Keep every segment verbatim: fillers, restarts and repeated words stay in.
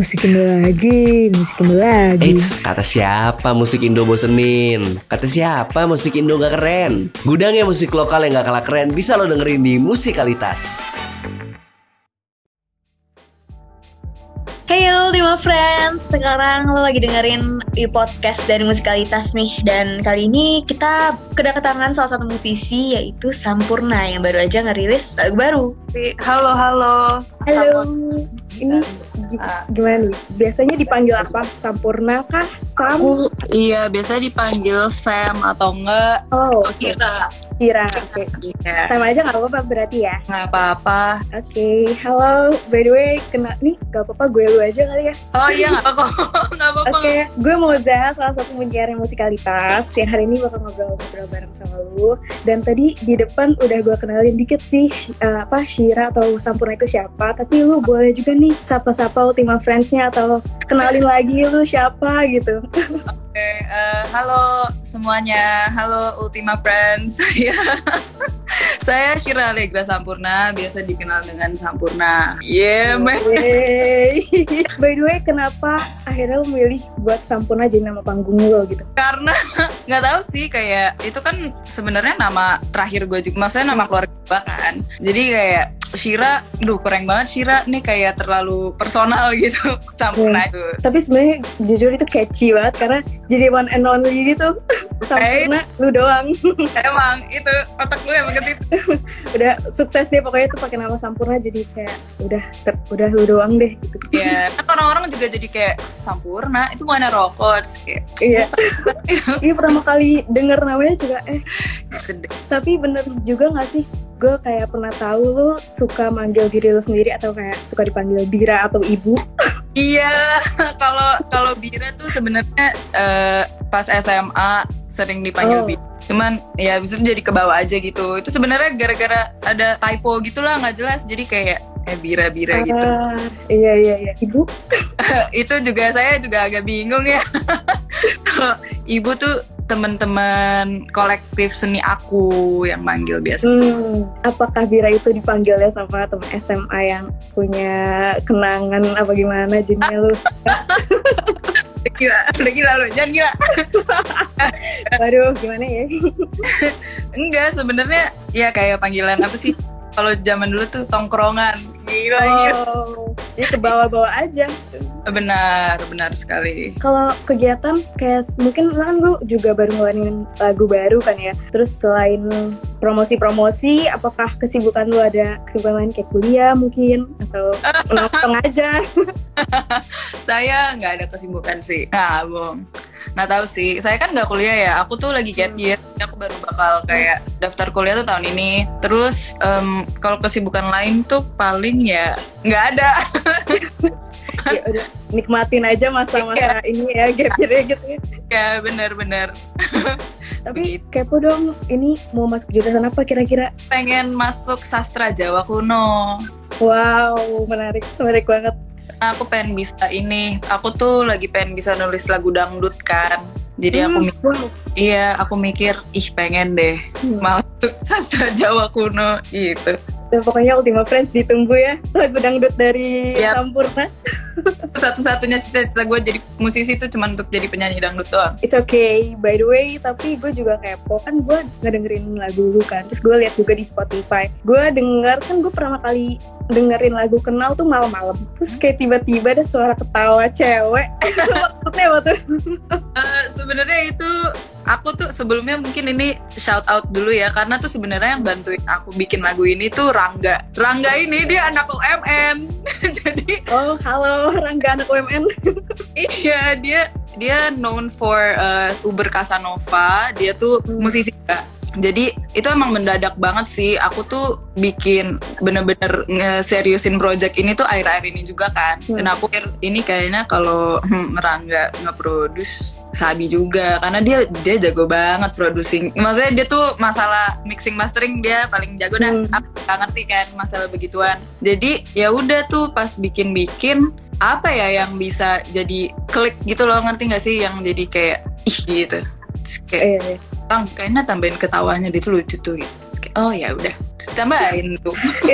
Musik Indo lagi, musik Indo lagi. Eits, kata siapa musik Indo bosenin? Kata siapa musik Indo gak keren? Gudangnya musik lokal yang gak kalah keren bisa lo dengerin di Musikalitas. Hey Ultima Friends, sekarang lo lagi dengerin di podcast dari Musikalitas nih. Dan kali ini kita kedatangan salah satu musisi, yaitu Sampurna, yang baru aja ngerilis lagu baru. Halo, halo. Halo. Ini gimana nih? Biasanya dipanggil apa? Sampurna kah? Sam? Aku, iya, biasanya dipanggil Sam atau enggak Oh, Kira. Kira. Oke. Okay. Iya. Sama aja nggak apa-apa berarti ya? Nggak apa-apa. Oke, okay. Halo. By the way, kena nih nggak apa-apa gue lu aja kali ya? Oh iya, nggak apa-apa. Nggak apa-apa. Oke, okay. Gue Moza, salah satu penyiar Musikalitas yang hari ini bakal ngobrol-ngobrol bareng sama lu. Dan tadi di depan udah gue kenalin dikit sih uh, apa Shira atau Sampurna itu siapa. Tapi lu boleh juga nih sapa-sapa Ultima Friends-nya atau kenalin lagi lu siapa gitu. Oke, okay, uh, halo semuanya, halo Ultima Friends. Saya saya Shira Allegra Sampurna, biasa dikenal dengan Sampurna. Yeah, man. By the way, kenapa akhirnya lo milih buat Sampurna jadi nama panggung lo gitu? Karena nggak tahu sih, kayak itu kan sebenarnya nama terakhir gue juga, maksudnya nama keluarga gue kan. Jadi kayak Shira, duh keren banget Shira nih, kayak terlalu personal gitu. Sampurna itu. Hmm. Tapi sebenarnya jujur itu catchy banget karena jadi one and only gitu. Sampurna lu doang. Emang itu otak gue emang ke situ. Udah sukses deh pokoknya itu pakai nama Sampurna, jadi kayak udah ter, udah lu doang deh gitu. Iya, kan orang-orang juga jadi kayak Sampurna itu mana Records kayak. Iya. Iya pertama kali denger namanya juga eh. Tapi bener juga nggak sih? Gue kayak pernah tahu lu suka manggil diri lu sendiri atau kayak suka dipanggil Bira atau Ibu. Iya, kalau kalau Bira tuh sebenarnya uh, pas S M A sering dipanggil oh. Bira. Cuman ya bisa jadi ke bawah aja gitu. Itu sebenarnya gara-gara ada typo gitulah, nggak jelas. Jadi kayak eh Bira-Bira uh, gitu. Iya iya iya. Ibu? Itu juga saya juga agak bingung ya. Kalau Ibu tuh teman-teman kolektif seni aku yang manggil biasa. Hmm, apakah Bira itu dipanggilnya sama teman S M A yang punya kenangan apa gimana jadinya lu suka? Udah gila, udah gila lu, jangan gila. Waduh, gimana ya? Enggak, sebenarnya ya kayak panggilan apa sih? Kalau zaman dulu tuh tongkrongan. Gila, oh, gila. Jadi ke bawah-bawah aja. Benar, benar sekali. Kalau kegiatan kayak mungkin kan lu juga baru ngeluarin lagu baru kan ya. Terus selain promosi-promosi, apakah kesibukan lu ada kesibukan lain kayak kuliah mungkin atau nongkrong aja? Saya nggak ada kesibukan sih. Nah, bong. Nggak tahu sih. Saya kan nggak kuliah ya. Aku tuh lagi gap year. Aku baru bakal kayak daftar kuliah tuh tahun ini. Terus um, kalau kesibukan lain tuh paling ya nggak ada. Ya udah nikmatin aja masa-masa ya. Ini ya gap year gitu ya. Ya benar-benar. Tapi kepo dong, ini mau masuk jurusan apa kira-kira? Pengen masuk sastra Jawa kuno. Wow, menarik, menarik banget. Aku pengen bisa ini, aku tuh lagi pengen bisa nulis lagu dangdut kan. Jadi hmm, aku mikir, wow. Iya aku mikir, ih pengen deh hmm. masuk sastra Jawa kuno gitu. Dan pokoknya Ultima Friends ditunggu ya lagu dangdut dari yep. Sampurna. Satu-satunya cita-cita gue jadi musisi itu cuma untuk jadi penyanyi dangdut doang. It's okay, by the way, tapi gue juga kepo kan, gue ngedengerin lagu lu kan, terus gue lihat juga di Spotify. Gue denger kan, gue pertama kali dengerin lagu Kenal tuh malam-malam, terus kayak tiba-tiba ada suara ketawa cewek. Maksudnya apa tuh? Uh, sebenarnya itu aku tuh sebelumnya mungkin ini shout out dulu ya, karena tuh sebenarnya yang bantuin aku bikin lagu ini tuh Rangga. Rangga ini dia anak U M N. Jadi oh halo Rangga anak U M N. Iya dia dia known for uh, Uber Casanova. Dia tuh hmm. musisi juga. Jadi itu emang mendadak banget sih. Aku tuh bikin bener-bener nge-seriusin project ini tuh akhir-akhir ini juga kan. Hmm. Dan aku pikir ini kayaknya kalau hmm, Rangga nge-produce Sabi juga, karena dia dia jago banget producing. Maksudnya dia tuh masalah mixing mastering dia paling jago dah. Hmm. Aku gak ngerti kan masalah begituan. Jadi ya udah tuh pas bikin-bikin apa ya yang bisa jadi klik gitu loh, ngerti gak sih, yang jadi kayak ih gitu. Terus kayak eh, eh. Bang, kayaknya tambahin ketawanya dia tuh lucu tuh gitu. Oh ya udah, tambahin tuh. Itu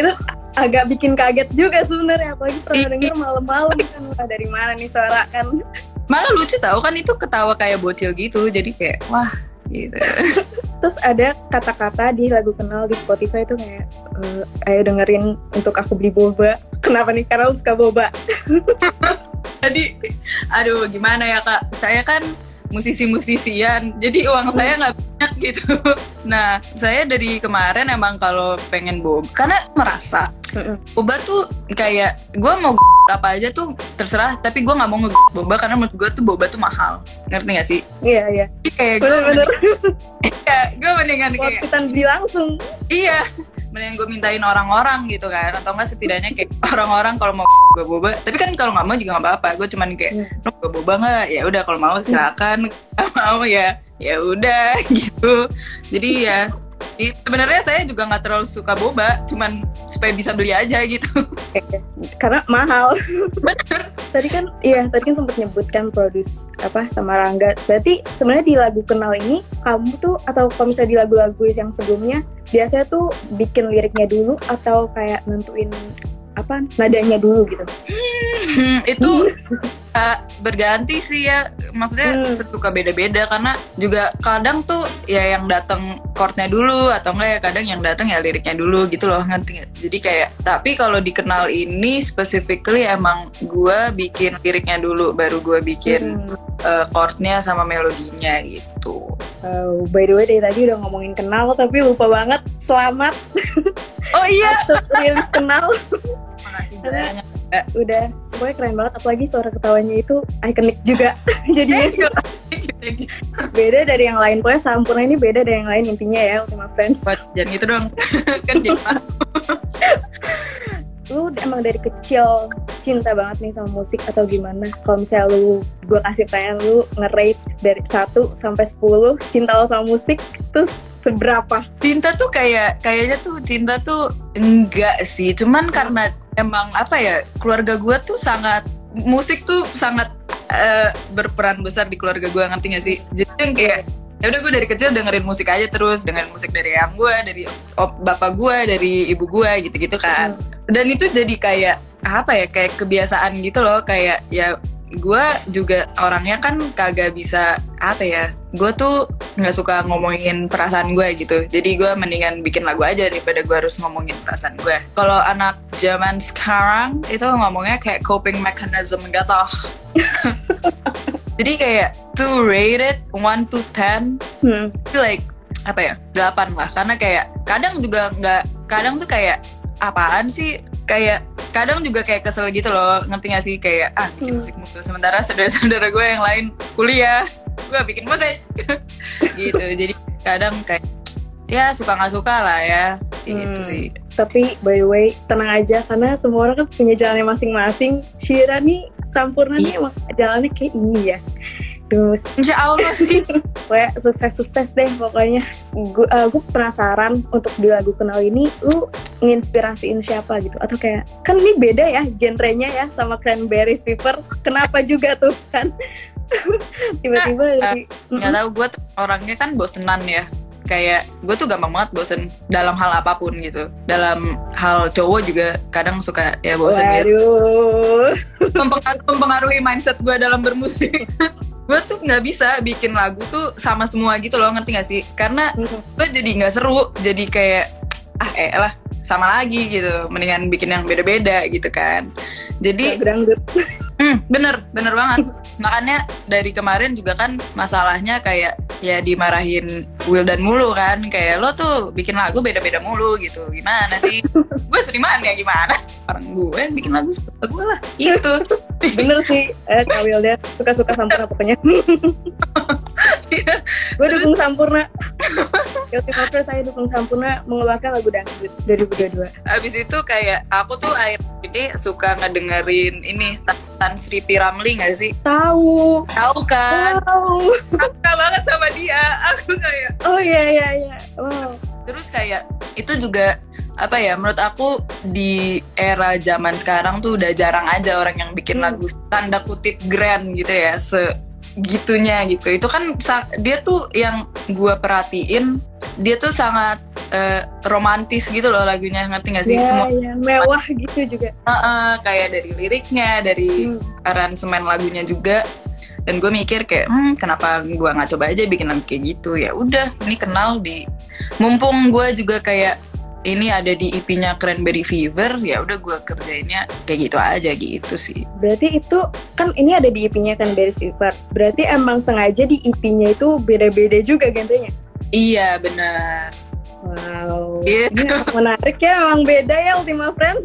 agak bikin kaget juga sebenarnya, apalagi pernah denger malam-malam kan, wah dari mana nih suara kan. Malah lucu tau kan, itu ketawa kayak bocil gitu, jadi kayak wah gitu. Terus ada kata-kata di lagu Kenal di Spotify itu kayak e, ayo dengerin untuk aku beli boba. Kenapa nih? Karena lu suka boba. Jadi aduh gimana ya Kak, saya kan musisi-musisian, jadi uang saya nggak banyak gitu. Nah, saya dari kemarin emang kalau pengen boba, karena merasa boba tuh kayak gue mau apa aja tuh terserah, tapi gue nggak mau nge boba karena menurut gue tuh boba tuh mahal, ngerti nggak sih? Iya iya. Jadi kayak gue mending, iya, gue mendingan kayak kita beli langsung. Iya. Mending gue mintain orang-orang gitu kan, atau enggak setidaknya kayak orang-orang kalau mau gue boba, tapi kan kalau nggak mau juga nggak apa-apa, gue cuman kayak lo gue boba nggak, ya udah kalau mau silakan, nggak mau ya ya udah gitu. Jadi ya sebenarnya saya juga nggak terlalu suka boba, cuman supaya bisa beli aja gitu. Karena mahal. Tadi kan, iya tadi kan sempat nyebutkan produce apa sama Rangga. Berarti sebenarnya di lagu Kenal ini kamu tuh, atau kalau misalnya di lagu-lagu yang sebelumnya biasanya tuh bikin liriknya dulu atau kayak nentuin apa nadanya dulu gitu? Hmm, itu uh, berganti sih ya, maksudnya hmm. suka beda-beda karena juga kadang tuh ya yang datang chordnya dulu atau enggak ya kadang yang datang ya liriknya dulu gitu loh, ngerti nggak? Jadi kayak tapi kalau di Kenal ini specifically emang gue bikin liriknya dulu baru gue bikin hmm. uh, chordnya sama melodinya gitu. Oh, by the way dari tadi udah ngomongin Kenal tapi lupa banget selamat. Oh iya. Rilis Kenal. Makasih banyak. Udah, pokoknya keren banget, apalagi suara ketawanya itu ikonik juga. Jadi beda dari yang lain, pokoknya Sampurna ini beda dari yang lain intinya ya, Ultima Friends. Buat jangan gitu dong. Kan jangan. Lu emang dari kecil cinta banget nih sama musik atau gimana? Kalau misalnya lu, gue kasih pertanyaan, lu nge-rate dari satu sampai sepuluh cinta lo sama musik, terus seberapa? Cinta tuh kayak, kayaknya tuh cinta tuh enggak sih, cuman karena emang apa ya, keluarga gue tuh sangat, musik tuh sangat uh, berperan besar di keluarga gue, ngerti gak sih? Jadi yang kayak ya udah gue dari kecil dengerin musik aja terus, dengerin musik dari yang gue, dari op, bapak gue, dari ibu gue gitu-gitu kan. Dan itu jadi kayak apa ya, kayak kebiasaan gitu loh, kayak ya gue juga orangnya kan kagak bisa apa ya, gue tuh nggak suka ngomongin perasaan gue gitu, jadi gue mendingan bikin lagu aja daripada gue harus ngomongin perasaan gue. Kalau anak zaman sekarang itu ngomongnya kayak coping mechanism gitu. Jadi kayak to rate it one to ten, hmm. like apa ya, delapan lah, karena kayak kadang juga nggak, kadang tuh kayak apaan sih, kayak kadang juga kayak kesel gitu loh, ngerti gak sih, kayak ah bikin musik mulu, sementara saudara-saudara gue yang lain kuliah, gue bikin musik gitu. Jadi kadang kayak ya suka nggak suka lah ya, gitu hmm. sih. Tapi by the way tenang aja, karena semua orang kan punya jalannya masing-masing. Shira nih, Sampurna nih emang jalannya kayak ini ya. Terus insya Allah sih. Kayak sukses-sukses deh pokoknya. Gue uh, gue penasaran untuk di lagu Kenal ini lu nginspirasiin siapa gitu, atau kayak kan ini beda ya genrenya ya sama Cranberries Fever. Kenapa juga tuh kan? Tiba-tiba nah, dari uh, nggak tahu, gue tuh orangnya kan bosenan ya. Kayak gue tuh gampang banget bosen dalam hal apapun gitu. Dalam hal cowok juga kadang suka ya bosen gitu. Mempengaruhi, mempengaruhi mindset gue dalam bermusik. Gue tuh nggak bisa bikin lagu tuh sama semua gitu loh, ngerti gak sih? Karena gue jadi nggak seru, jadi kayak ah eh lah sama lagi gitu. Mendingan bikin yang beda-beda gitu kan. Jadi hmm, bener bener banget. Makanya dari kemarin juga kan masalahnya kayak ya dimarahin Wildan mulu kan, kayak lo tuh bikin lagu beda-beda mulu gitu, gimana sih? Gue seniman ya gimana? Orang gue yang bikin lagu suka gue lah, itu. Bener sih, eh Kak Wildan suka-suka Sampurna pokoknya. Gue dukung Sampurna. Ultima Friends, saya dukung Sampurna mengeluarkan lagu dangdut dua ribu dua puluh dua. Abis itu kayak aku tuh akhir ini suka ngedengerin ini Tan Sri P. Ramlee nggak sih? Tahu, tahu kan? Tahu. Suka banget sama dia. Aku kayak oh iya iya iya. Wow. Terus kayak itu juga apa ya, menurut aku di era zaman sekarang tuh udah jarang aja orang yang bikin lagu tanda kutip grand gitu ya, segitunya gitu. Itu kan dia tuh yang gue perhatiin, dia tuh sangat uh, romantis gitu loh lagunya, ngerti gak sih? Ya, Semua ya, mewah gitu juga. uh, uh, kayak dari liriknya, dari Hmm. aransemen lagunya juga. Dan gue mikir kayak, hmm, kenapa gue nggak coba aja bikin lagu kayak gitu? Ya udah, ini kenal di, mumpung gue juga kayak ini ada di E P-nya Cranberry Fever, ya udah gue kerjainnya kayak gitu aja gitu sih. Berarti itu kan ini ada di E P-nya kan Cranberry Fever. Berarti emang sengaja di E P-nya itu beda-beda juga genrenya. Iya benar. Wow. Gitu. Ini menarik ya, emang beda ya Ultima Friends.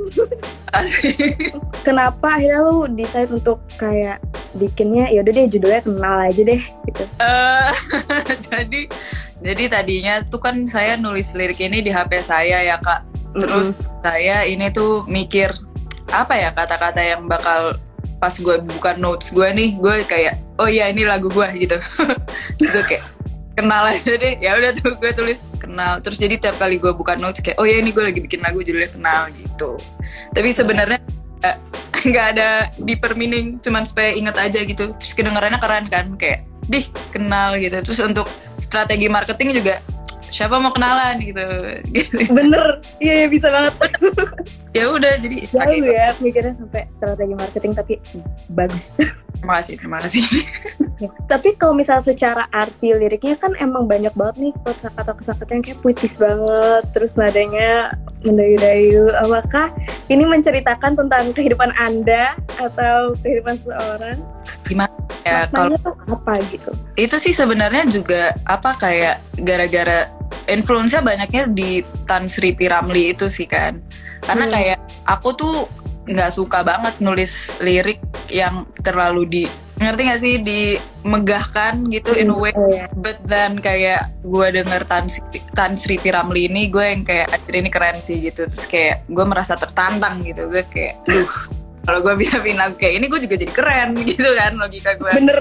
Kenapa akhirnya lu decide untuk kayak bikinnya ya udah deh judulnya Kenal aja deh gitu. Uh, jadi jadi tadinya tuh kan saya nulis lirik ini di H P saya ya Kak. Terus mm-hmm. saya ini tuh mikir apa ya kata-kata yang bakal pas gue buka notes gue nih, gue kayak oh iya ini lagu gue gitu. Terus gue kayak kenal aja deh, ya udah tuh gue tulis kenal. Terus jadi tiap kali gue buka notes kayak oh ya ini gue lagi bikin lagu judulnya Kenal gitu. Tapi sebenarnya nggak ada deeper meaning, cuman supaya inget aja gitu. Terus kedengarannya keren kan, kayak dih kenal gitu. Terus untuk strategi marketing juga siapa mau kenalan gitu. Bener, iya ya, bisa banget. Ya udah jadi jauh okay, ya mikirnya sampai strategi marketing, tapi bagus. Terima kasih, terima kasih. Tapi kalau misal secara arti liriknya kan emang banyak banget nih kata-kata yang kayak puitis banget, terus nadanya mendayu-dayu. Apakah ini menceritakan tentang kehidupan Anda atau kehidupan seseorang? Gimana ya kalau apa gitu? Itu sih sebenarnya juga apa kayak gara-gara influence-nya banyaknya di Tan Sri P. Ramlee itu sih kan. Karena hmm. kayak aku tuh nggak suka banget nulis lirik yang terlalu di ngerti nggak sih dimegahkan gitu in a way. Oh, yeah. But then kayak gue denger Tan, Tan Sri P. Ramlee ini, gue yang kayak akhirnya ini keren sih gitu. Terus kayak gue merasa tertantang gitu. Gue kayak duh kalau gue bisa bikin lagu kayak ini gue juga jadi keren gitu kan logika gue. Bener.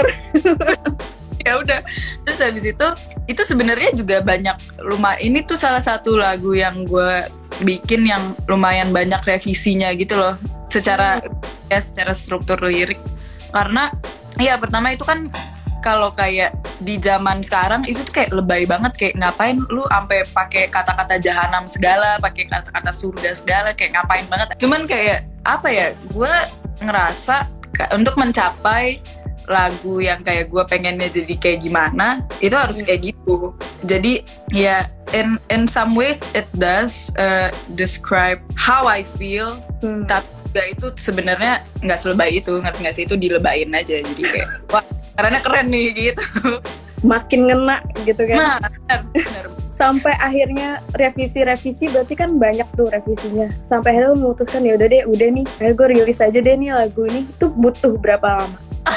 Ya udah. Terus habis itu itu sebenarnya juga banyak lumayan. Ini tuh salah satu lagu yang gue bikin yang lumayan banyak revisinya gitu loh. Secara ya secara struktur lirik. Karena ya pertama itu kan kalau kayak di zaman sekarang itu tuh kayak lebay banget, kayak ngapain lu sampai pakai kata-kata jahanam segala, pakai kata-kata surga segala, kayak ngapain banget. Cuman kayak apa ya, gue ngerasa untuk mencapai lagu yang kayak gue pengennya jadi kayak gimana, itu harus kayak gitu. Jadi ya in in some ways it does uh, describe how I feel, hmm. tapi juga itu sebenarnya nggak selebay itu, ngerti nggak sih, itu dilebayin aja. Jadi kayak wah karena keren nih gitu. Makin ngena gitu kan. Nah, benar, benar. Sampai akhirnya revisi-revisi, berarti kan banyak tuh revisinya. Sampai akhirnya lu memutuskan ya udah deh, udah nih, akhirnya gue rilis aja deh nih lagu ini. Itu butuh berapa lama?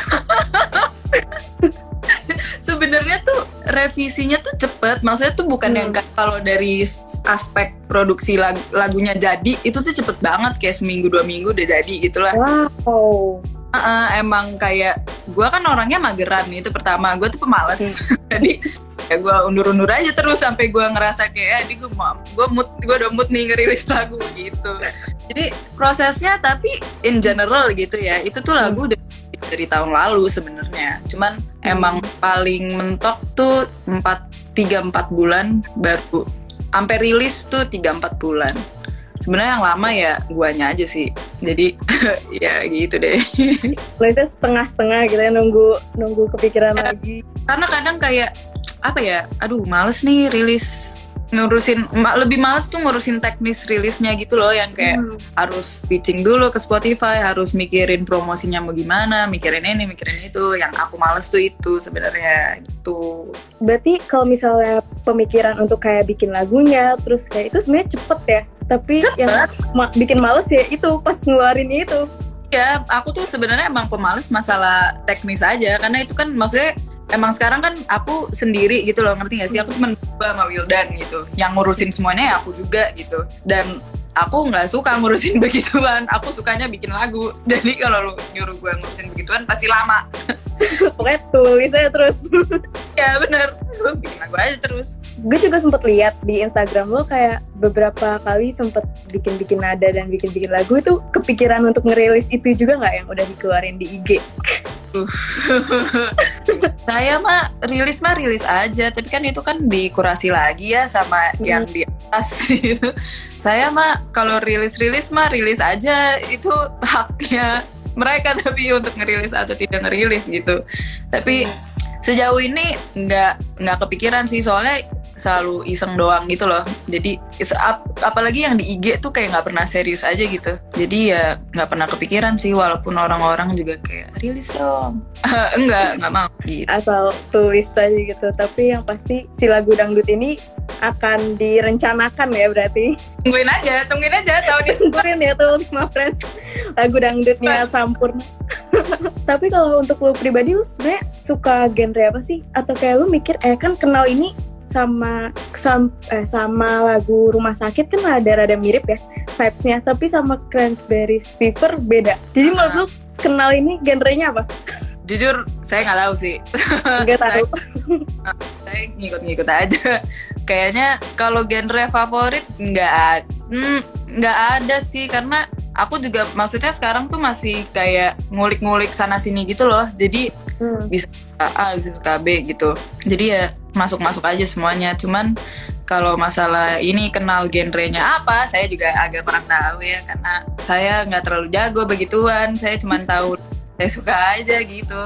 Sebenarnya tuh revisinya tuh cepet, maksudnya tuh bukan hmm. yang kalau dari aspek produksi lag, lagunya jadi itu tuh cepet banget, kayak seminggu dua minggu udah jadi gitulah. Wow. Uh, emang kayak gue kan orangnya mageran nih, itu pertama, gue tuh pemalas. Hmm. Jadi ya gue undur-undur aja terus sampai gue ngerasa kayak, eh, gue mau, gue mood, gue udah mood nih ngerilis lagu gitu. Jadi prosesnya tapi in general gitu ya, itu tuh lagu udah dari tahun lalu sebenarnya. Cuman hmm. emang paling mentok tuh empat tiga empat bulan baru sampai rilis tuh tiga empat bulan. Sebenarnya yang lama ya guanya aja sih. Jadi ya gitu deh. Biasanya setengah-setengah gitu ya, nunggu nunggu kepikiran ya, lagi. Karena kadang kayak apa ya? Aduh, males nih rilis, ngurusin lebih males tuh ngurusin teknis rilisnya gitu loh, yang kayak hmm. harus pitching dulu ke Spotify, harus mikirin promosinya mau gimana, mikirin ini, mikirin itu. Yang aku males tuh itu sebenarnya gitu. Berarti kalau misalnya pemikiran untuk kayak bikin lagunya, terus kayak itu sebenarnya cepet ya. Tapi cepet. Yang ma- bikin males ya itu pas ngeluarin itu. Ya, aku tuh sebenarnya emang pemalas masalah teknis aja, karena itu kan maksudnya emang sekarang kan aku sendiri gitu loh, ngerti gak sih? Aku cuma berdua sama Wildan gitu, yang ngurusin semuanya ya aku juga gitu. Dan aku gak suka ngurusin begituan, aku sukanya bikin lagu. Jadi kalau lu nyuruh gue ngurusin begituan pasti lama. Pokoknya tulis aja terus. Ya bener, gue bikin lagu aja terus. Gue juga sempet lihat di Instagram lo kayak beberapa kali sempet bikin-bikin nada dan bikin-bikin lagu. Itu kepikiran untuk ngerilis itu juga gak yang udah dikeluarin di I G? Uh. Saya mah rilis mah rilis aja, tapi kan itu kan dikurasi lagi ya sama hmm. yang di musikalitas gitu. Saya mah kalau rilis-rilis mah rilis aja, itu haknya mereka tapi untuk ngerilis atau tidak ngerilis gitu. Tapi sejauh ini nggak nggak kepikiran sih, soalnya selalu iseng doang gitu loh. Jadi ap, apalagi yang di I G tuh kayak nggak pernah serius aja gitu. Jadi ya nggak pernah kepikiran sih, walaupun orang-orang juga kayak rilis dong. enggak enggak mau gitu. Asal tulis aja gitu. Tapi yang pasti si lagu dangdut ini akan direncanakan ya berarti. Tungguin aja, tungguin aja tahun ini. Tungguin ya tuh Ultima Friends, lagu dangdutnya Sampurna. Tapi kalau untuk lo pribadi, lu sebenarnya suka genre apa sih? Atau kayak lu mikir, eh kan kenal ini sama sam, eh, sama lagu Rumah Sakit kan ada rada mirip ya vibes-nya, tapi sama Cranberries Fever beda. Jadi menurut lu kenal ini genrenya apa? Jujur saya nggak tahu sih. Nggak tahu. saya, saya ngikut-ngikut aja. Kayaknya kalau genre favorit nggak ada, hmm, nggak ada sih, karena aku juga maksudnya sekarang tuh masih kayak ngulik-ngulik sana sini gitu loh. Jadi hmm. bisa A, bisa suka B gitu. Jadi ya masuk-masuk aja semuanya. Cuman kalau masalah ini kenal genrenya apa, saya juga agak kurang tahu ya, karena saya nggak terlalu jago begituan. Saya cuma tahu saya suka aja gitu.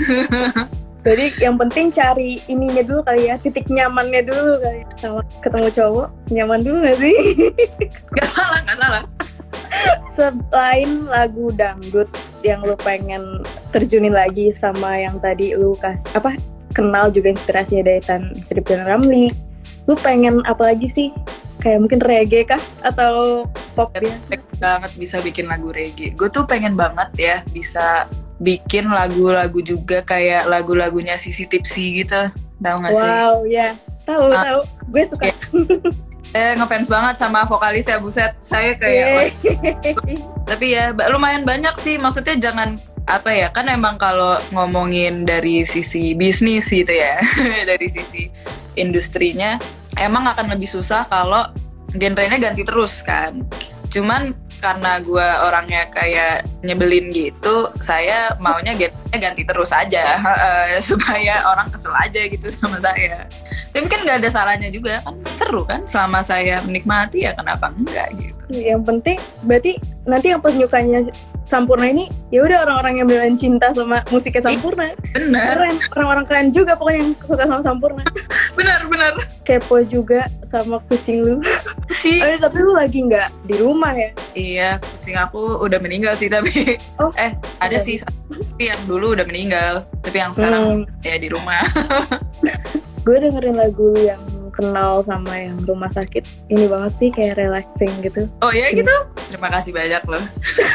Jadi yang penting cari ininya dulu kali ya, titik nyamannya dulu kali. Sama ketemu cowok nyaman dulu nggak sih? Gak salah, gak salah. Selain lagu dangdut yang lu pengen terjunin lagi sama yang tadi lu kas apa kenal juga inspirasinya dari Tan Srip dan Ramli, lu pengen apa lagi sih? Kayak mungkin reggae kah atau pop biasa? Pengen banget bisa bikin lagu reggae. Gue tuh pengen banget ya bisa bikin lagu-lagu juga kayak lagu-lagunya Sissy Tipsy gitu. Tahu nggak sih? Wow, ya tahu ah, tahu. Gue suka. Ya. Saya ngefans banget sama vokalis ya, buset. Saya kayak tapi ya lumayan banyak sih, maksudnya jangan apa ya, kan emang kalau ngomongin dari sisi bisnis gitu ya, dari sisi industrinya emang akan lebih susah kalau genrenya ganti terus kan. Cuman karena gue orangnya kayak nyebelin gitu, saya maunya genrenya ganti terus aja supaya orang kesel aja gitu sama saya. Tapi kan nggak ada salahnya juga kan, seru kan, selama saya menikmati ya kenapa enggak gitu. Yang penting berarti nanti yang penyukanya Sampurna ini ya udah orang-orang yang beneran cinta sama musiknya Sampurna. Bener. Keren, orang-orang keren juga pokoknya yang suka sama Sampurna. Bener bener. Kepo juga sama kucing lu. Kucing. Oh, tapi lu lagi nggak di rumah ya? Iya, kucing aku udah meninggal sih tapi. Oh, eh ada sih tapi yang dulu udah meninggal, tapi yang sekarang hmm. ya di rumah. Gue dengerin lagu yang kenal sama yang Rumah Sakit ini banget sih, kayak relaxing gitu. Oh iya gitu? Terima kasih banyak loh.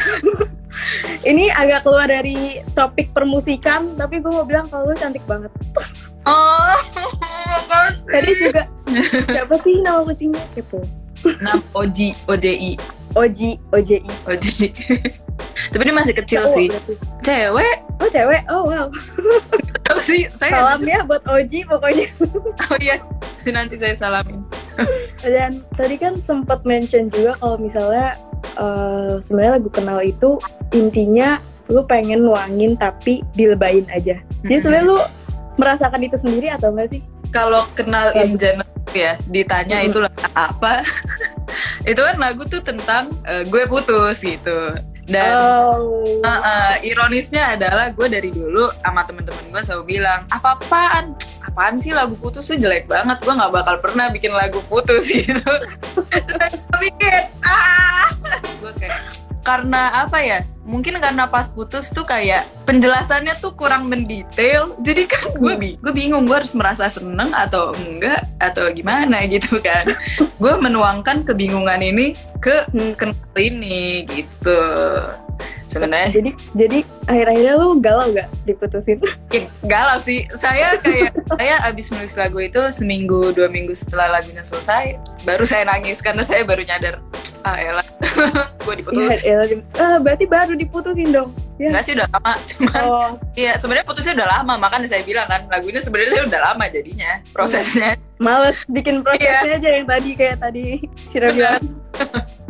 Ini agak keluar dari topik permusikan, tapi gue mau bilang kalau lu cantik banget. Oh, makasih. Tadi juga siapa sih nama kucingnya? Kepo. Nama Oji, O J I. Oji, O J I. Oji. Tapi dia masih kecil cowok, sih. Berarti. Cewek. Oh cewek, oh wow. Tahu sih, saya. Salam ya buat Oji pokoknya. Oh iya, nanti saya salamin. Dan tadi kan sempat mention juga kalau misalnya uh, sebenarnya lagu kenal itu intinya lu pengen nuangin tapi dilebayin aja. Jadi mm-hmm. sebenarnya lu merasakan itu sendiri atau enggak sih? Kalau kenal in general ya, ditanya mm-hmm. itu lagu apa? Itu kan lagu tuh tentang uh, gue putus gitu. Dan oh. uh, uh, ironisnya adalah gue dari dulu sama temen-temen gue selalu bilang, apa-apaan? Apaan sih lagu putus tuh jelek banget, gue gak bakal pernah bikin lagu putus gitu. Terus gue bikin, ah gue kayak, karena apa ya, mungkin karena pas putus tuh kayak penjelasannya tuh kurang mendetail. Jadi kan gue bi- gue bingung, gue harus merasa seneng atau enggak, atau gimana gitu kan. Gue menuangkan kebingungan ini ke kenal ini gitu. Sebenarnya jadi jadi akhir-akhirnya lu galau gak diputusin? Ya, galau sih. Saya kayak saya abis menulis lagu itu seminggu dua minggu setelah lagunya selesai, baru saya nangis karena saya baru nyadar, ah elah, gue diputus. Ya, elah, uh, berarti baru diputusin dong? Ya. Enggak sih, udah lama. Cuman, oh. Iya sebenarnya putusnya udah lama, makanya saya bilang kan lagu ini sebenarnya udah lama jadinya prosesnya. Males bikin prosesnya yeah. aja yang tadi kayak tadi Shira bilang.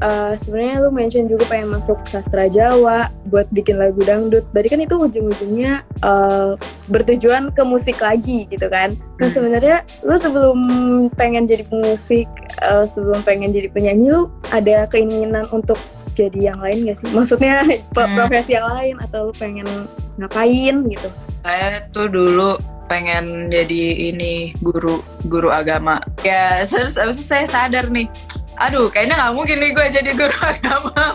uh, sebenarnya lu mention juga pengen masuk sastra Jawa buat bikin lagu dangdut. Berarti kan itu ujung-ujungnya uh, bertujuan ke musik lagi gitu kan. Nah sebenarnya lu sebelum pengen jadi pemusik, uh, sebelum pengen jadi penyanyi, lu ada keinginan untuk jadi yang lain gak sih? Maksudnya hmm. profesi yang lain, atau lu pengen ngapain gitu? Saya tuh dulu pengen jadi ini guru guru agama. Ya terus abis itu saya sadar nih, aduh kayaknya nggak mungkin nih gue jadi guru agama.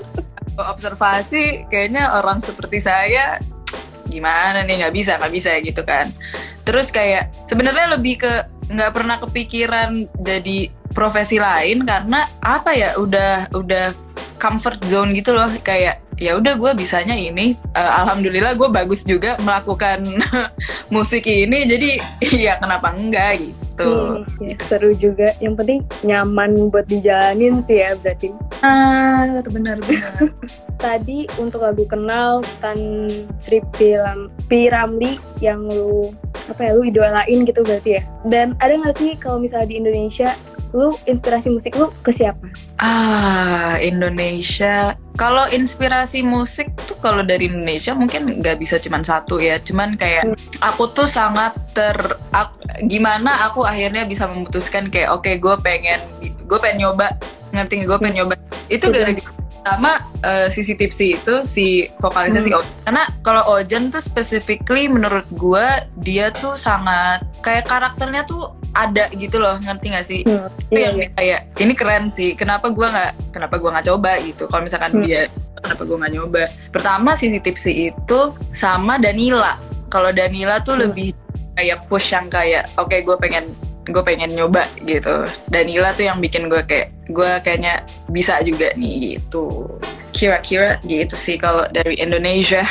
Observasi kayaknya orang seperti saya gimana nih, nggak bisa nggak bisa gitu kan. Terus kayak sebenarnya lebih ke nggak pernah kepikiran jadi profesi lain karena apa ya, udah udah comfort zone gitu loh, kayak ya udah gue bisanya ini, uh, alhamdulillah gue bagus juga melakukan musik ini, jadi ya kenapa enggak gitu. Hmm, ya, gitu. Seru juga, yang penting nyaman buat dijalanin sih ya berarti. Ah, benar-benar. Tadi untuk lagu Kenal Tan Sri P. Ramlee yang lu apa ya lu idolain gitu berarti ya. Dan ada nggak sih kalau misalnya di Indonesia, lu inspirasi musik lu ke siapa? Ah, Indonesia. Kalau inspirasi musik tuh kalau dari Indonesia mungkin nggak bisa cuman satu ya. Cuman kayak hmm. aku tuh sangat ter... Aku, gimana aku akhirnya bisa memutuskan kayak oke okay, gue pengen gue pengen nyoba, ngerti nggak? Gue pengen nyoba. Itu gara-gara sama uh, si si Tipsy itu, si vokalisnya hmm. si Ojan. Karena kalau Ojan tuh specifically menurut gue dia tuh sangat kayak karakternya tuh ada gitu loh, ngerti nggak sih? Hmm, itu iya, yang iya. kayak ini keren sih. Kenapa gue nggak, kenapa gue nggak coba gitu? Kalau misalkan hmm. dia, kenapa gue nggak nyoba? Pertama si Tipsy itu sama Danila. Kalau Danila tuh hmm. lebih kayak push yang kayak, oke okay, gue pengen, gue pengen nyoba gitu. Danila tuh yang bikin gue kayak, gue kayaknya bisa juga nih gitu. Kira-kira gitu sih kalau dari Indonesia.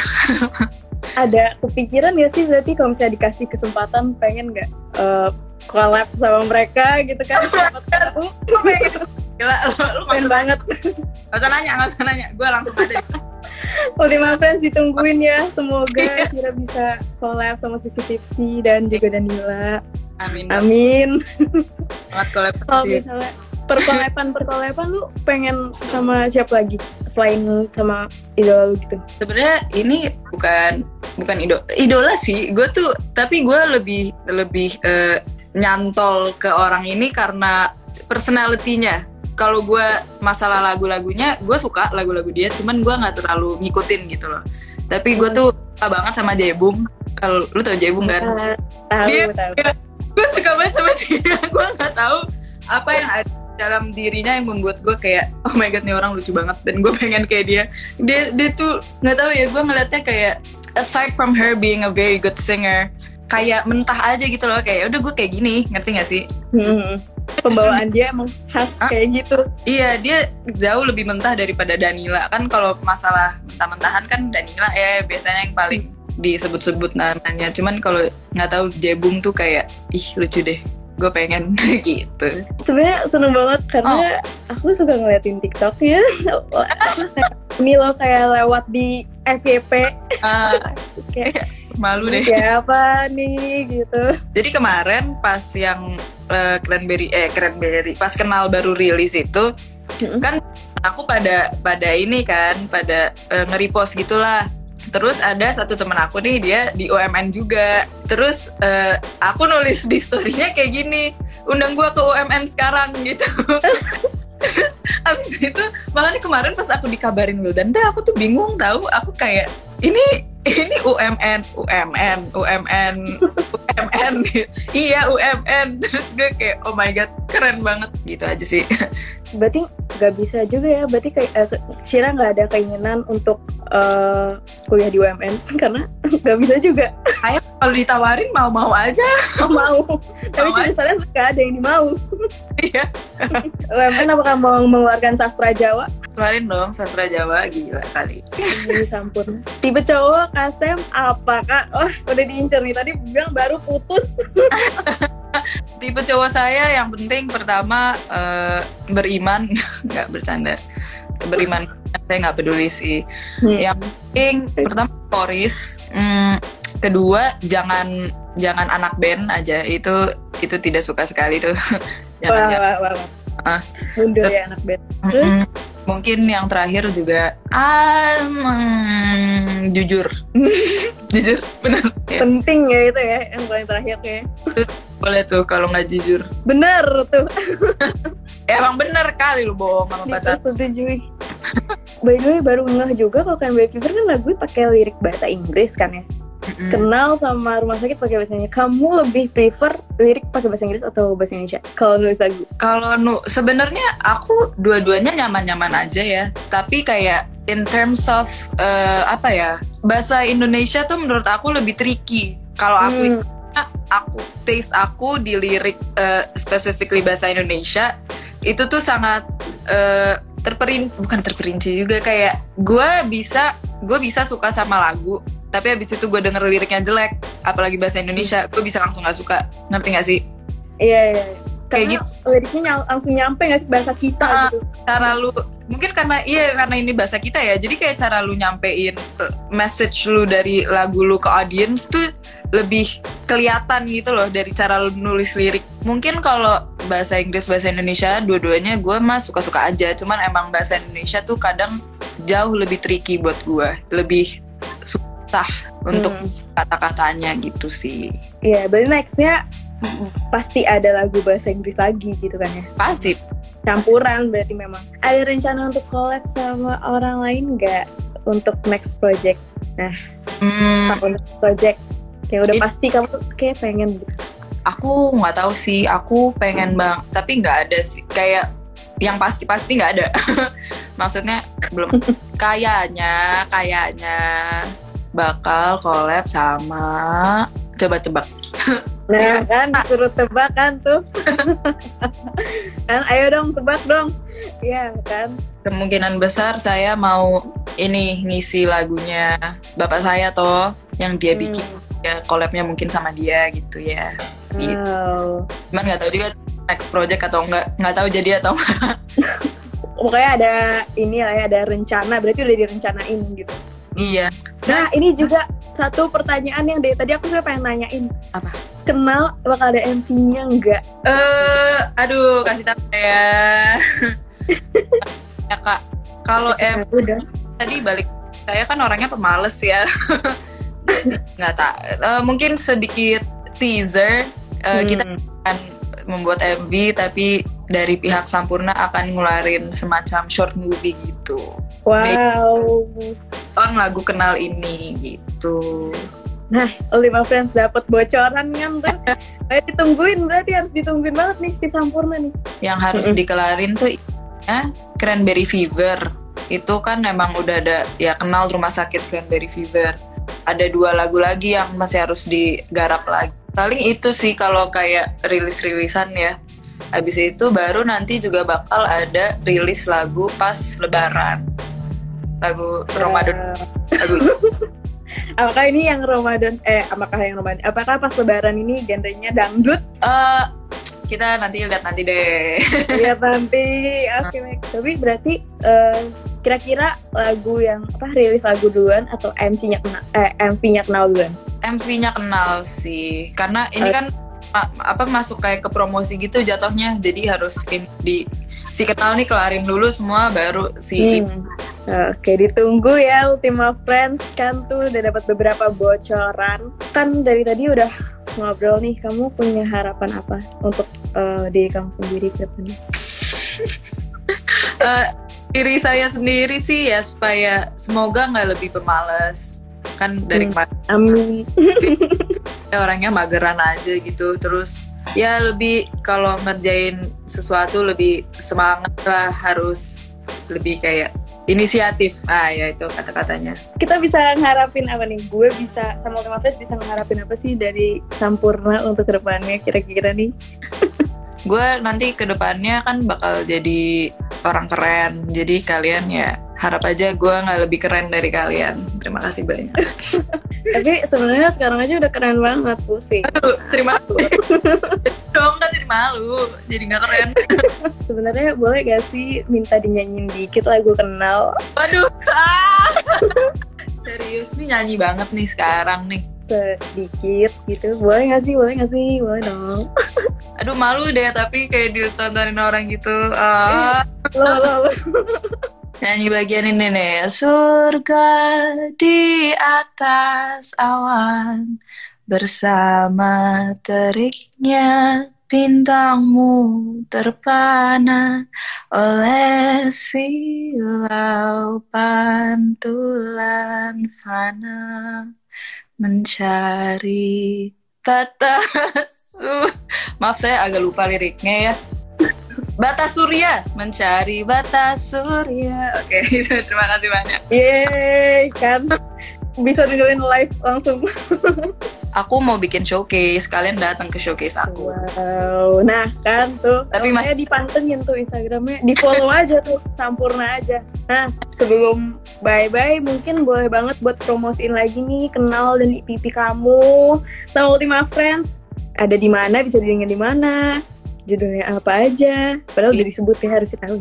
Ada kepikiran gak sih berarti kalau misalnya dikasih kesempatan pengen gak uh, collab sama mereka gitu kan? Aku pengen. Gila, lu pengen banget. Gak usah nanya, gak usah nanya. Gue langsung ada. Ultima Friends ditungguin ya. Semoga Shira bisa collab sama Sisi Tipsy dan juga Danila. Amin. Amin. Banget collab sama Kalau misalnya perkolepan-perkolepan lu pengen sama siapa lagi selain sama idola lu gitu? Sebenarnya ini bukan bukan idola, idola sih. Gue tuh tapi gue lebih lebih uh, nyantol ke orang ini karena personality-nya. Kalau gue masalah lagu-lagunya, gue suka lagu-lagu dia, cuman gue nggak terlalu ngikutin gitu loh. Tapi gue tuh suka banget sama Jebung. Kalau lu tau Jebung kan? Uh, tahu, dia, tahu. dia, gue suka banget sama dia. Gue nggak tahu apa yang ada dalam dirinya yang membuat gue kayak oh my god nih orang lucu banget dan gue pengen kayak dia. Dia dia tuh nggak tahu ya, gue ngeliatnya kayak aside from her being a very good singer, kayak mentah aja gitu loh, kayak udah gue kayak gini, ngerti nggak sih? Hmm. Pembawaan dia emang khas ah, kayak gitu. Iya, dia jauh lebih mentah daripada Danila. Kan kalau masalah mentah-mentahan kan Danila eh biasanya yang paling disebut-sebut namanya. Cuman kalau nggak tahu Jebung tuh kayak ih lucu deh. Gue pengen gitu. Sebenarnya seneng banget karena oh. aku suka ngeliatin TikToknya. Ini loh kayak lewat di F Y P. Uh, kayak malu deh. Siapa nih gitu. Jadi kemarin pas yang uh, Cranberry eh Cranberry pas Kenal baru rilis itu mm-hmm. kan aku pada pada ini kan pada uh, nge-repost gitulah. Terus ada satu teman aku nih, dia di U M N juga. Terus uh, aku nulis di story-nya kayak gini, undang gue ke U M N sekarang gitu. Terus abis itu makanya kemarin pas aku dikabarin lu dan teh aku tuh bingung tahu, aku kayak ini ini U M N U M N U M N U M N iya U M N. Terus gue kayak oh my god keren banget gitu aja sih. Berarti nggak bisa juga ya, berarti kayak uh, Shira nggak ada keinginan untuk uh, kuliah di U M N karena nggak bisa juga. Ayo kalau ditawarin mau-mau aja. Oh, mau tapi misalnya nggak ada yang mau. Iya. U M N apakah mau mengeluarkan sastra Jawa? Keluarin dong sastra Jawa, gila kali. Ini sampurna. Tipe cowok Kasem apa kak? Oh udah diincer nih, tadi bilang baru putus. Tipe cowok saya yang penting pertama uh, beriman, nggak bercanda, beriman. Saya nggak peduli sih. Hmm. Yang penting pertama Poris, hmm, kedua jangan jangan anak band aja, itu itu tidak suka sekali tuh. Jangan, wah, wah, wah, wah. Uh, mundur ya anak band. Terus mm-mm. Mungkin yang terakhir juga ah, mm, jujur. Jujur, benar. Ya. Penting ya itu ya, yang paling terakhir kayak. Boleh tuh kalau nggak jujur. Bener tuh. Ya, emang bener kali lu bohong sama pacar. Disetujui. By the way, baru ngeh juga kalau Cranberry Fever kan lagunya pakai lirik bahasa Inggris kan ya. Mm-mm. Kenal sama Rumah Sakit pakai bahasa Indonesia. Kamu lebih prefer lirik pakai bahasa Inggris atau bahasa Indonesia kalau nulis lagu? Kalau nu sebenarnya aku dua-duanya nyaman-nyaman aja ya. Tapi kayak in terms of uh, apa ya, bahasa Indonesia tuh menurut aku lebih tricky. Kalau aku Hmm. aku taste aku di lirik uh, specifically bahasa Indonesia itu tuh sangat uh, terperin bukan terperinci juga, kayak gue bisa gue bisa suka sama lagu tapi abis itu gue denger liriknya jelek, apalagi bahasa Indonesia, gue bisa langsung nggak suka. Ngerti nggak sih? Iya, iya. Kayak Karena gitu. liriknya nyal- langsung nyampe nggak sih bahasa kita Ah, gitu. Cara lu mungkin karena iya karena ini bahasa kita ya, jadi kayak cara lu nyampein message lu dari lagu lu ke audience tuh lebih kelihatan gitu loh dari cara lu nulis lirik. Mungkin kalau bahasa Inggris bahasa Indonesia dua-duanya gue mah suka-suka aja, cuman emang bahasa Indonesia tuh kadang jauh lebih tricky buat gue, lebih susah untuk Hmm. kata-katanya gitu sih. Iya, berarti nextnya pasti ada lagu bahasa Inggris lagi gitu kan ya. Pasti. Campuran berarti memang. Ada rencana untuk collab sama orang lain nggak untuk next project? Hmm, Sama next project kayak udah It- pasti kamu kayak pengen gitu. aku nggak tahu sih, aku pengen bang, tapi nggak ada sih, kayak yang pasti-pasti nggak ada. Maksudnya belum. Kayaknya, kayaknya bakal collab sama, coba tebak. Nah kan disuruh tebak kan tuh. Kan ayo dong tebak dong. Iya kan. Kemungkinan besar saya mau ini ngisi lagunya bapak saya toh, yang dia bikin. Ya collabnya mungkin sama dia gitu ya. Gitu. Wow. Cuman nggak tahu juga next project atau enggak, nggak tahu jadi atau enggak. Pokoknya ada ini lah ya, ada rencana, berarti udah direncanain gitu. Iya. Nah, Dan- ini juga satu pertanyaan yang dari tadi aku sebenarnya pengen nanyain. Apa? Kenal bakal ada M V-nya enggak? Eh, aduh, kasih tahu ya. Ya kak, kalau em Udah. tadi balik, saya kan orangnya pemalas ya. Jadi nggak tak, eh, mungkin sedikit teaser. eh, Hmm. Kita akan membuat M V, tapi dari pihak Sampurna akan ngeluarin semacam short movie gitu. Wow. On lagu kenal ini gitu. Nah, Ultima Friends dapat bocoran kan tuh. Ayo ditungguin, berarti harus ditungguin banget nih si Sampurna nih. Yang harus Mm-mm. dikelarin tuh ya, Cranberry Fever. Itu kan memang udah ada ya, kenal Rumah Sakit Cranberry Fever. Ada dua lagu lagi yang masih harus digarap lagi. Paling itu sih kalau kayak rilis-rilisan ya. Habis itu baru nanti juga bakal ada rilis lagu pas Lebaran. Lagu Ramadan, lagu Apakah ini yang Ramadan eh apakah yang Ramadan? Apakah pas Lebaran ini genrenya dangdut? eh kita nanti lihat nanti deh. Lihat nanti. Oke, baik. Tapi berarti eh, kira-kira lagu yang apa rilis lagu duluan atau M C-nya kenal eh M V-nya kenal duluan? M V-nya kenal sih, karena ini kan ma- apa masuk kayak ke promosi gitu jatuhnya, jadi harus in- di si kenal nih kelarin dulu semua baru si Hmm. Oke, ditunggu ya Ultima Friends, kan tuh udah dapat beberapa bocoran. Kan dari tadi udah ngobrol nih, kamu punya harapan apa untuk eh, diri kamu sendiri ke depannya? Eh, diri saya sendiri sih ya supaya semoga nggak lebih pemalas kan dari Hmm. kemarin Amin. ya, orangnya mageran aja gitu, terus ya lebih kalau ngerjain sesuatu lebih semangat lah, harus lebih kayak inisiatif. Ah ya itu kata-katanya. Kita bisa ngarapin apa nih? Gue bisa sama Ultima Friends bisa ngarapin apa sih dari Sampurna untuk ke depannya kira-kira nih? Gue nanti ke depannya kan bakal jadi orang keren, jadi kalian ya harap aja gue nggak lebih keren dari kalian. Terima kasih banyak. Tapi sebenarnya sekarang aja udah keren banget, pusing. Aduh, terima kasih dong, kan jadi malu, jadi nggak keren. Sebenarnya boleh gak sih minta dinyanyiin dikit lagu kenal? Waduh, ah. Serius nih nyanyi banget nih sekarang nih. Sedikit gitu, boleh gak sih? Boleh gak sih? Boleh dong. Aduh malu deh, tapi kayak ditontonin orang gitu. Ah. Lo, lo, lo. Nyanyi bagian ini nih. Surga di atas awan, bersama teriknya bintangmu terpana oleh silau pantulan fana, mencari batas. Uh, maaf saya agak lupa liriknya ya. Batas surya, mencari batas surya. Oke, itu terima kasih banyak. Yeay, kan bisa dengerin live langsung. Aku mau bikin showcase, kalian datang ke showcase aku. Wow, nah kan tuh. Tapi Mas dipantengin tuh Instagramnya, di follow aja tuh, Sampurna aja. Nah, sebelum bye-bye, mungkin boleh banget buat promosiin lagi nih, kenal dan I P P kamu sama Ultima Friends. Ada di mana, bisa didengar di mana, judulnya apa aja. Padahal udah disebut ya, harus tahu.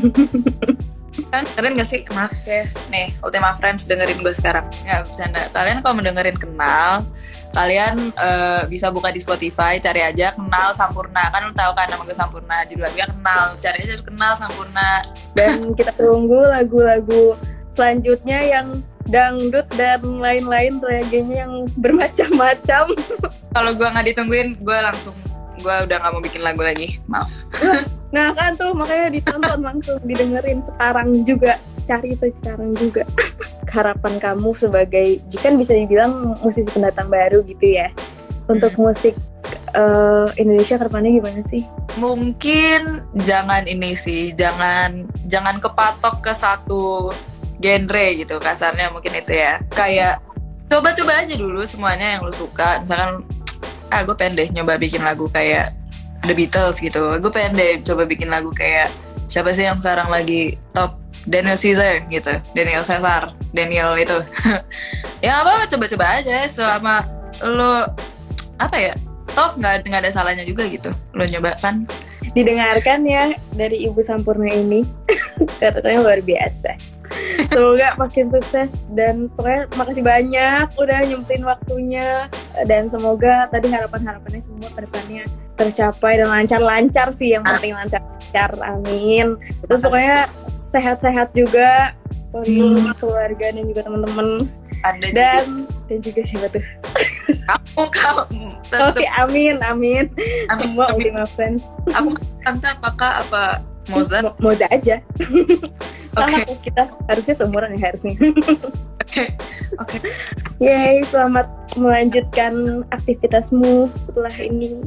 Kan keren gak sih? Maaf ya. Nih, Ultima Friends dengerin gue sekarang. Nggak bercanda. Kalian kalau mendengerin kenal, kalian uh, bisa buka di Spotify, cari aja Kenal Sampurna. Kan lu tahu kan nama gue Sampurna, judul lagunya Kenal. Cari aja Kenal Sampurna. Dan kita tunggu lagu-lagu selanjutnya yang dangdut dan lain-lain sebagainya yang bermacam-macam. Kalau gue nggak ditungguin, gue langsung gue udah nggak mau bikin lagu lagi. Maaf. Nah kan tuh makanya ditonton langsung, didengerin sekarang juga, cari sekarang juga. Harapan kamu sebagai, kan bisa dibilang musisi pendatang baru gitu ya, untuk hmm. musik uh, Indonesia kedepannya gimana sih? Mungkin jangan ini sih, jangan jangan kepatok ke satu genre gitu kasarnya, mungkin itu ya. Kayak coba-coba aja dulu semuanya yang lu suka. Misalkan ah gue pengen deh nyoba bikin lagu kayak The Beatles gitu. Gue pengen deh coba bikin lagu kayak siapa sih yang sekarang lagi top, Daniel Caesar gitu, Daniel Caesar, Daniel itu. Ya apa, coba-coba aja selama lo apa ya, toh nggak nggak ada salahnya juga gitu lo nyoba kan. Didengarkan ya dari Ibu Sampurna ini. Katanya luar biasa. Semoga makin sukses dan pokoknya makasih banyak udah nyempetin waktunya, dan semoga tadi harapan-harapannya semua ke depannya tercapai dan lancar-lancar sih, yang penting lancar-lancar, amin. Terus pokoknya sehat-sehat juga untuk hmm. keluarga dan juga teman-teman. Anda dan juga. dan juga siapa tuh? Aku kamu. Oke, okay, amin, amin. amin. Semua amin. Ultima Friends. Aku tante apakah apa Moza? Mo- Moza aja. Sama okay. kita harusnya seumuran ya harusnya. Oke, oke. Yeay, selamat melanjutkan aktivitasmu setelah ini.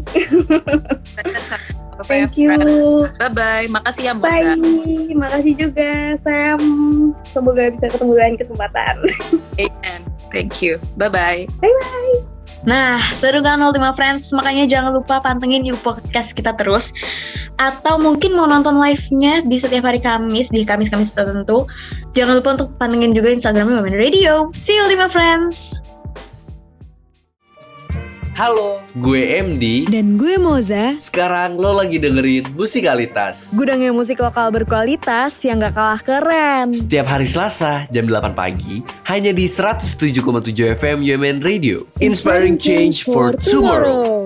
Thank you. Bye bye. Makasih ya Moza. Bye. Makasih juga Sam. Semoga bisa ketemu lain kesempatan. Amen. Thank you. Bye bye. Bye bye. Nah, seru kan Ultima Friends? Makanya jangan lupa pantengin yuk podcast kita terus. Atau mungkin mau nonton live-nya di setiap hari Kamis, di Kamis-Kamis tertentu. Jangan lupa untuk pantengin juga Instagramnya Women Radio. See you Ultima Friends! Halo, gue M D dan gue Moza. Sekarang lo lagi dengerin Musikalitas, gudangnya musik lokal berkualitas yang gak kalah keren. Setiap hari Selasa jam delapan pagi hanya di seratus tujuh koma tujuh F M Women Radio. Inspiring change for tomorrow.